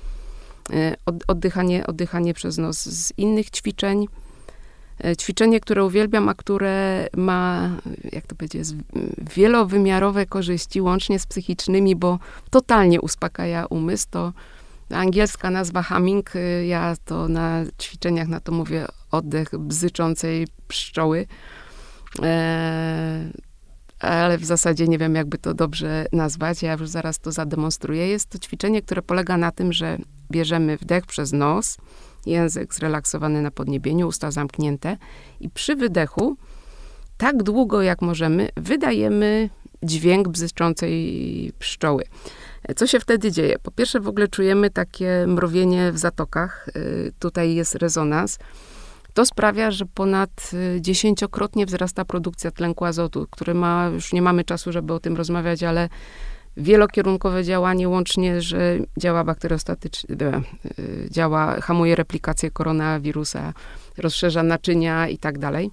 oddychanie przez nos. Z innych ćwiczeń, ćwiczenie, które uwielbiam, a które ma, jak to powiedzieć, wielowymiarowe korzyści, łącznie z psychicznymi, bo totalnie uspokaja umysł, to angielska nazwa humming, ja to na ćwiczeniach na to mówię oddech bzyczącej pszczoły, ale w zasadzie nie wiem, jakby to dobrze nazwać, ja już zaraz to zademonstruję. Jest to ćwiczenie, które polega na tym, że bierzemy wdech przez nos, język zrelaksowany na podniebieniu, usta zamknięte i przy wydechu tak długo jak możemy wydajemy dźwięk bzyczącej pszczoły. Co się wtedy dzieje? Po pierwsze w ogóle czujemy takie mrowienie w zatokach, tutaj jest rezonans. To sprawia, że ponad 10-krotnie wzrasta produkcja tlenku azotu, który ma, już nie mamy czasu, żeby o tym rozmawiać, ale wielokierunkowe działanie, łącznie, że działa bakteriostatycznie, hamuje replikację koronawirusa, rozszerza naczynia i tak dalej.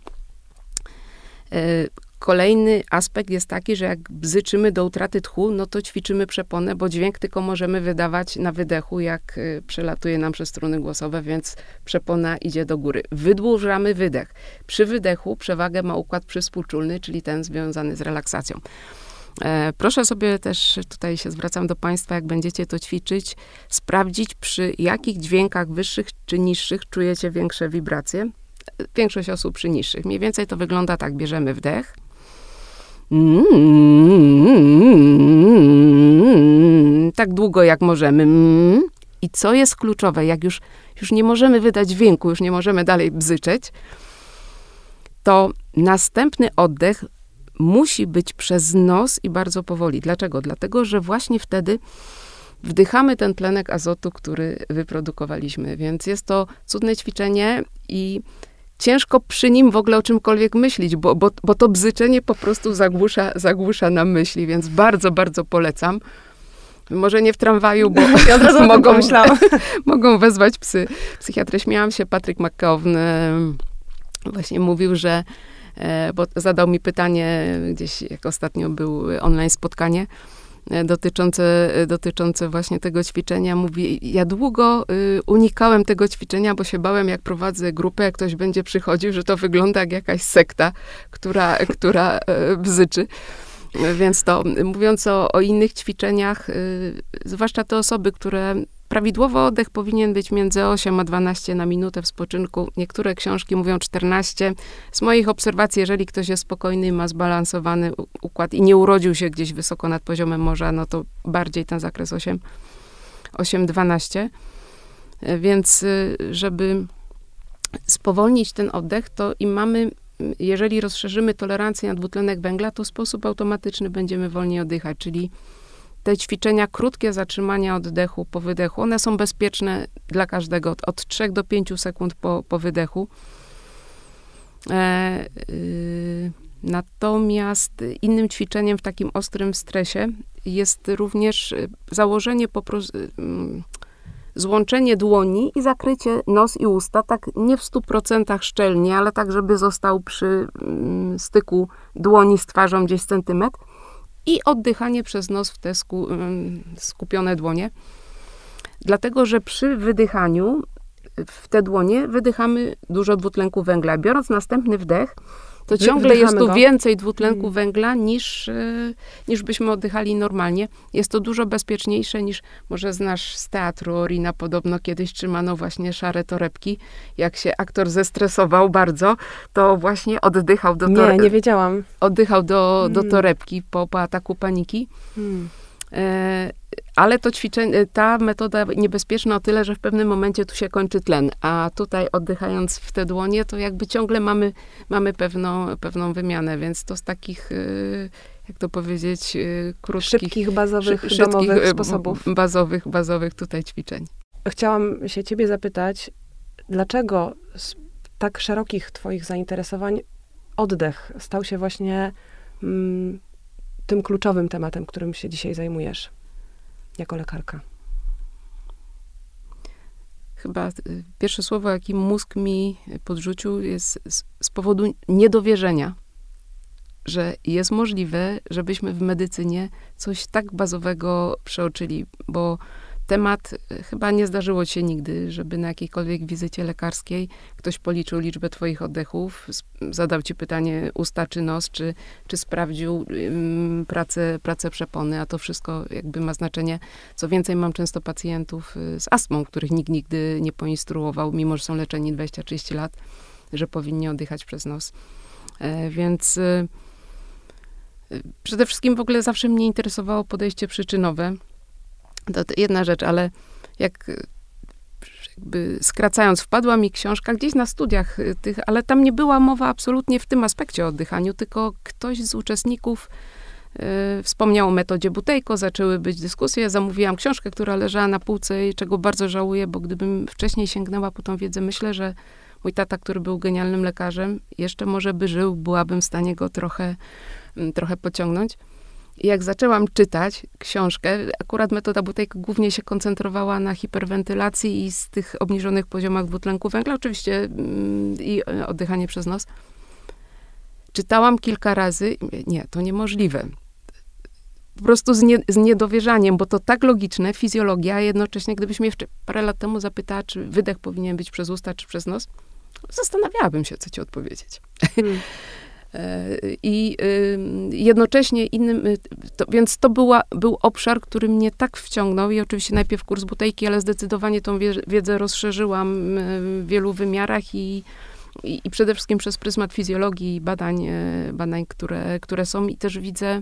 Kolejny aspekt jest taki, że jak bzyczymy do utraty tchu, no to ćwiczymy przeponę, bo dźwięk tylko możemy wydawać na wydechu, jak przelatuje nam przez struny głosowe, więc przepona idzie do góry. Wydłużamy wydech. Przy wydechu przewagę ma układ przyspółczulny, czyli ten związany z relaksacją. Proszę sobie też, tutaj się zwracam do Państwa, jak będziecie to ćwiczyć, sprawdzić, przy jakich dźwiękach wyższych czy niższych czujecie większe wibracje. Większość osób przy niższych. Mniej więcej to wygląda tak. Bierzemy wdech. Tak długo jak możemy. I co jest kluczowe, jak już nie możemy wydać dźwięku, już nie możemy dalej bzyczeć, to następny oddech musi być przez nos i bardzo powoli. Dlaczego? Dlatego, że właśnie wtedy wdychamy ten tlenek azotu, który wyprodukowaliśmy. Więc jest to cudne ćwiczenie i ciężko przy nim w ogóle o czymkolwiek myśleć, bo to bzyczenie po prostu zagłusza nam myśli, więc bardzo, bardzo polecam. Może nie w tramwaju, bo ja od razu mogą wezwać psychiatrę. Śmiałam się, Patrick McKeown właśnie mówił, że bo zadał mi pytanie gdzieś, jak ostatnio był online spotkanie, dotyczące właśnie tego ćwiczenia. Mówi, ja długo unikałem tego ćwiczenia, bo się bałem, jak prowadzę grupę, jak ktoś będzie przychodził, że to wygląda jak jakaś sekta, która bzyczy. Więc to, mówiąc o innych ćwiczeniach, zwłaszcza te osoby, które prawidłowy oddech powinien być między 8 a 12 na minutę w spoczynku. Niektóre książki mówią 14. Z moich obserwacji, jeżeli ktoś jest spokojny, ma zbalansowany układ i nie urodził się gdzieś wysoko nad poziomem morza, no to bardziej ten zakres 8-12. Więc żeby spowolnić ten oddech, to jeżeli rozszerzymy tolerancję na dwutlenek węgla, to w sposób automatyczny będziemy wolniej oddychać, czyli te ćwiczenia, krótkie zatrzymania oddechu po wydechu, one są bezpieczne dla każdego, od 3 do 5 sekund po wydechu. Natomiast innym ćwiczeniem w takim ostrym stresie jest również założenie złączenie dłoni i zakrycie nos i usta, tak nie w 100% szczelnie, ale tak, żeby został przy styku dłoni z twarzą gdzieś centymetr i oddychanie przez nos w te skupione dłonie. Dlatego, że przy wydychaniu w te dłonie wydychamy dużo dwutlenku węgla. Biorąc następny wdech, to ciągle jest tu więcej dwutlenku węgla niż byśmy oddychali normalnie. Jest to dużo bezpieczniejsze niż, może znasz z teatru Orina, podobno kiedyś trzymano właśnie szare torebki. Jak się aktor zestresował bardzo, to właśnie oddychał do torebki. Nie wiedziałam. Oddychał do torebki po ataku paniki. Ale to ćwiczenie, ta metoda niebezpieczna o tyle, że w pewnym momencie tu się kończy tlen, a tutaj oddychając w te dłonie, to jakby ciągle mamy pewną wymianę, więc to z takich, jak to powiedzieć, krótkich, szybkich, bazowych, domowych sposobów. Bazowych tutaj ćwiczeń. Chciałam się ciebie zapytać, dlaczego z tak szerokich twoich zainteresowań oddech stał się właśnie tym kluczowym tematem, którym się dzisiaj zajmujesz jako lekarka? Chyba pierwsze słowo, jakim mózg mi podrzucił, jest z powodu niedowierzenia, że jest możliwe, żebyśmy w medycynie coś tak bazowego przeoczyli, bo temat, chyba nie zdarzyło ci się nigdy, żeby na jakiejkolwiek wizycie lekarskiej ktoś policzył liczbę twoich oddechów, zadał ci pytanie usta czy nos, czy sprawdził pracę przepony, a to wszystko jakby ma znaczenie. Co więcej, mam często pacjentów z astmą, których nikt nigdy nie poinstruował, mimo że są leczeni 20-30 lat, że powinni oddychać przez nos. Więc przede wszystkim w ogóle zawsze mnie interesowało podejście przyczynowe. To jedna rzecz, ale jakby skracając, wpadła mi książka gdzieś na studiach tych, ale tam nie była mowa absolutnie w tym aspekcie o oddychaniu, tylko ktoś z uczestników wspomniał o metodzie Buteyko, zaczęły być dyskusje, zamówiłam książkę, która leżała na półce i czego bardzo żałuję, bo gdybym wcześniej sięgnęła po tą wiedzę, myślę, że mój tata, który był genialnym lekarzem, jeszcze może by żył, byłabym w stanie go trochę pociągnąć. I jak zaczęłam czytać książkę, akurat metoda Buteyko głównie się koncentrowała na hiperwentylacji i z tych obniżonych poziomach dwutlenku węgla, oczywiście i oddychanie przez nos. Czytałam kilka razy i mówię, nie, to niemożliwe. Po prostu z niedowierzaniem, bo to tak logiczne, fizjologia, a jednocześnie gdybyś mnie parę lat temu zapytała, czy wydech powinien być przez usta, czy przez nos, zastanawiałabym się, co ci odpowiedzieć. I jednocześnie więc to był obszar, który mnie tak wciągnął i oczywiście najpierw kurs Buteyki, ale zdecydowanie tą wiedzę rozszerzyłam w wielu wymiarach i przede wszystkim przez pryzmat fizjologii i badań, które są i też widzę,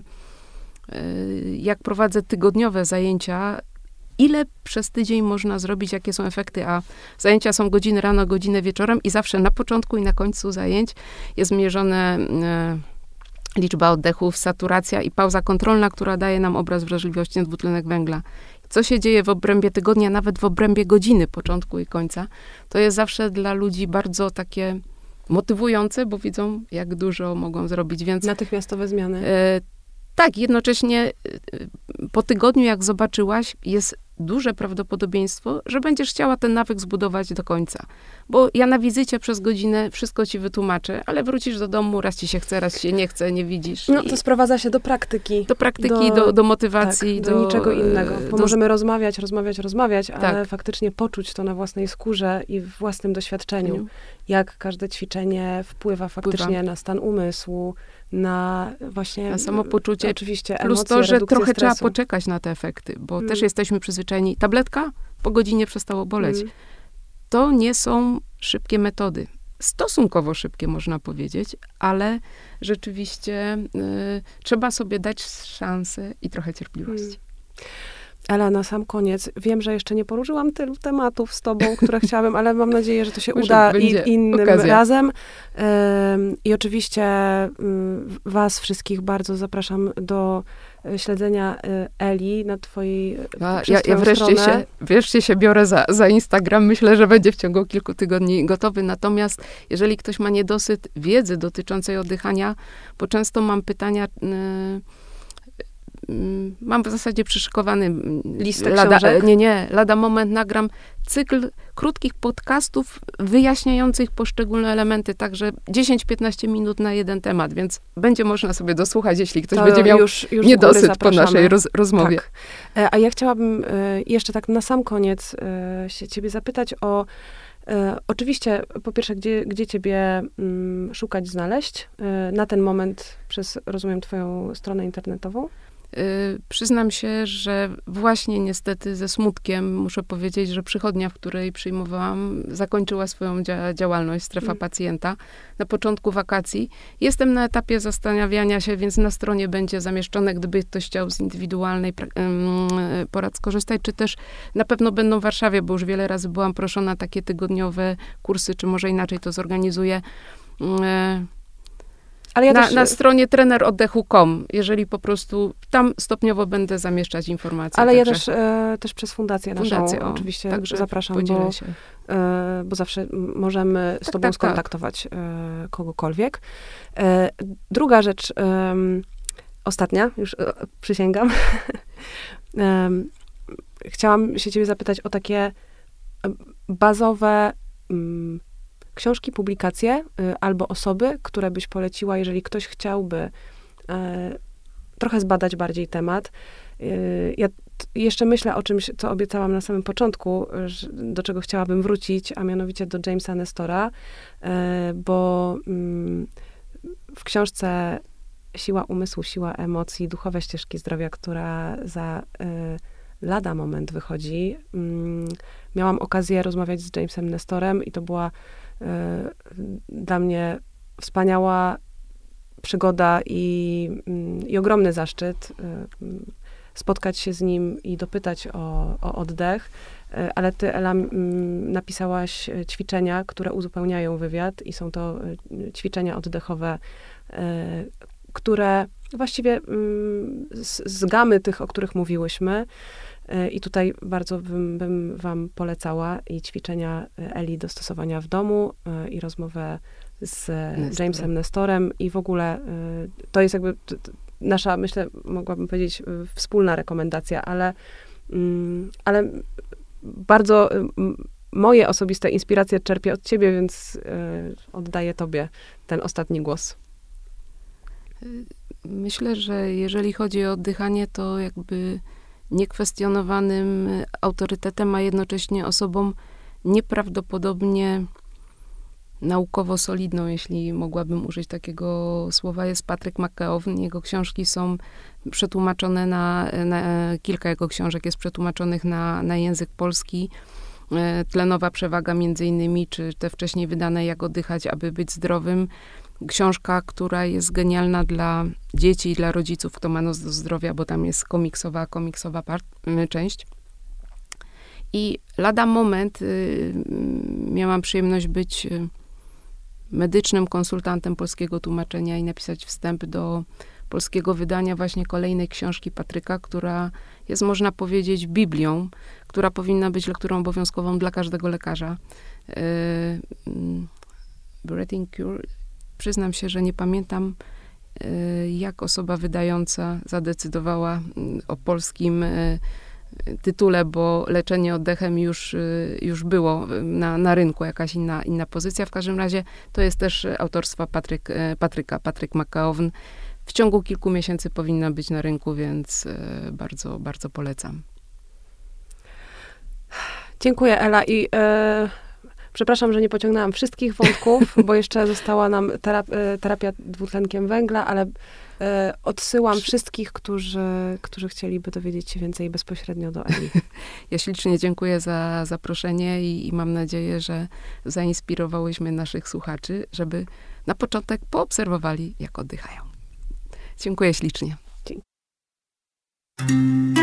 jak prowadzę tygodniowe zajęcia, ile przez tydzień można zrobić, jakie są efekty, a zajęcia są godziny rano, godziny wieczorem i zawsze na początku i na końcu zajęć jest mierzone liczba oddechów, saturacja i pauza kontrolna, która daje nam obraz wrażliwości na dwutlenek węgla. Co się dzieje w obrębie tygodnia, nawet w obrębie godziny początku i końca, to jest zawsze dla ludzi bardzo takie motywujące, bo widzą, jak dużo mogą zrobić. Więc natychmiastowe zmiany. Tak, jednocześnie po tygodniu, jak zobaczyłaś, jest duże prawdopodobieństwo, że będziesz chciała ten nawyk zbudować do końca. Bo ja na wizycie przez godzinę wszystko ci wytłumaczę, ale wrócisz do domu, raz ci się chce, raz ci się nie chce, nie widzisz. No to sprowadza się do praktyki. Do motywacji. Tak, do niczego innego. Bo możemy rozmawiać, ale faktycznie poczuć to na własnej skórze i w własnym doświadczeniu. Jak każde ćwiczenie wpływa faktycznie na stan umysłu, na właśnie na samopoczucie. Oczywiście plus emocje, to, że trochę stresu. trzeba poczekać na te efekty, bo też jesteśmy przyzwyczajeni. Tabletka, po godzinie przestało boleć. To nie są szybkie metody. Stosunkowo szybkie, można powiedzieć, ale rzeczywiście trzeba sobie dać szansę i trochę cierpliwości. Ela, na sam koniec, wiem, że jeszcze nie poruszyłam tylu tematów z tobą, które chciałabym, ale mam nadzieję, że to się uda innym razem. I oczywiście was wszystkich bardzo zapraszam do śledzenia Eli na twojej ja wreszcie się biorę za Instagram. Myślę, że będzie w ciągu kilku tygodni gotowy. Natomiast jeżeli ktoś ma niedosyt wiedzy dotyczącej oddychania, bo często mam pytania, mam w zasadzie przyszykowany listę książek? Lada moment nagram cykl krótkich podcastów wyjaśniających poszczególne elementy, także 10-15 minut na jeden temat, więc będzie można sobie dosłuchać, jeśli ktoś będzie miał już niedosyt po naszej rozmowie. Tak. A ja chciałabym jeszcze tak na sam koniec się ciebie zapytać o oczywiście, po pierwsze, gdzie ciebie szukać, znaleźć? Na ten moment przez, rozumiem, twoją stronę internetową? Przyznam się, że właśnie niestety ze smutkiem muszę powiedzieć, że przychodnia, w której przyjmowałam, zakończyła swoją działalność, strefa pacjenta, na początku wakacji. Jestem na etapie zastanawiania się, więc na stronie będzie zamieszczone, gdyby ktoś chciał z indywidualnej porad skorzystać, czy też na pewno będą w Warszawie, bo już wiele razy byłam proszona takie tygodniowe kursy, czy może inaczej to zorganizuję. Ale ja na stronie treneroddechu.com, jeżeli po prostu tam stopniowo będę zamieszczać informacje. Ale także. Ja też przez fundację naszą oczywiście także zapraszam, bo zawsze możemy z tobą skontaktować kogokolwiek. Druga rzecz, ostatnia, już przysięgam. Chciałam się ciebie zapytać o takie bazowe książki, publikacje albo osoby, które byś poleciła, jeżeli ktoś chciałby trochę zbadać bardziej temat. Ja jeszcze myślę o czymś, co obiecałam na samym początku, do czego chciałabym wrócić, a mianowicie do Jamesa Nestora, bo w książce Siła umysłu, siła emocji, duchowe ścieżki zdrowia, która za lada moment wychodzi, miałam okazję rozmawiać z Jamesem Nestorem i to była dla mnie wspaniała przygoda i ogromny zaszczyt spotkać się z nim i dopytać o oddech. Ale ty, Ela, napisałaś ćwiczenia, które uzupełniają wywiad i są to ćwiczenia oddechowe, które właściwie z gamy tych, o których mówiłyśmy, i tutaj bardzo bym wam polecała i ćwiczenia Eli do stosowania w domu, i rozmowę z Jamesem Nestorem, i w ogóle to jest jakby nasza, myślę, mogłabym powiedzieć, wspólna rekomendacja, ale bardzo moje osobiste inspiracje czerpię od ciebie, więc oddaję tobie ten ostatni głos. Myślę, że jeżeli chodzi o oddychanie, to jakby niekwestionowanym autorytetem, a jednocześnie osobą nieprawdopodobnie naukowo solidną, jeśli mogłabym użyć takiego słowa, jest Patrick McKeown. Jego książki są przetłumaczone kilka jego książek jest przetłumaczonych na język polski. Tlenowa przewaga między innymi, czy te wcześniej wydane Jak oddychać, aby być zdrowym. Książka, która jest genialna dla dzieci i dla rodziców, kto ma nos do zdrowia, bo tam jest komiksowa część. I lada moment miałam przyjemność być medycznym konsultantem polskiego tłumaczenia i napisać wstęp do polskiego wydania właśnie kolejnej książki Patryka, która jest, można powiedzieć, Biblią, która powinna być lekturą obowiązkową dla każdego lekarza. Breathing Cure. Przyznam się, że nie pamiętam, jak osoba wydająca zadecydowała o polskim tytule, bo leczenie oddechem już było na rynku, jakaś inna pozycja. W każdym razie to jest też autorstwa Patrick McKeown. W ciągu kilku miesięcy powinna być na rynku, więc bardzo, bardzo polecam. Dziękuję, Ela. I przepraszam, że nie pociągnęłam wszystkich wątków, bo jeszcze została nam terapia dwutlenkiem węgla, ale odsyłam wszystkich, którzy chcieliby dowiedzieć się więcej bezpośrednio do Eli. Ja ślicznie dziękuję za zaproszenie i mam nadzieję, że zainspirowałyśmy naszych słuchaczy, żeby na początek poobserwowali, jak oddychają. Dziękuję ślicznie. Dzięki.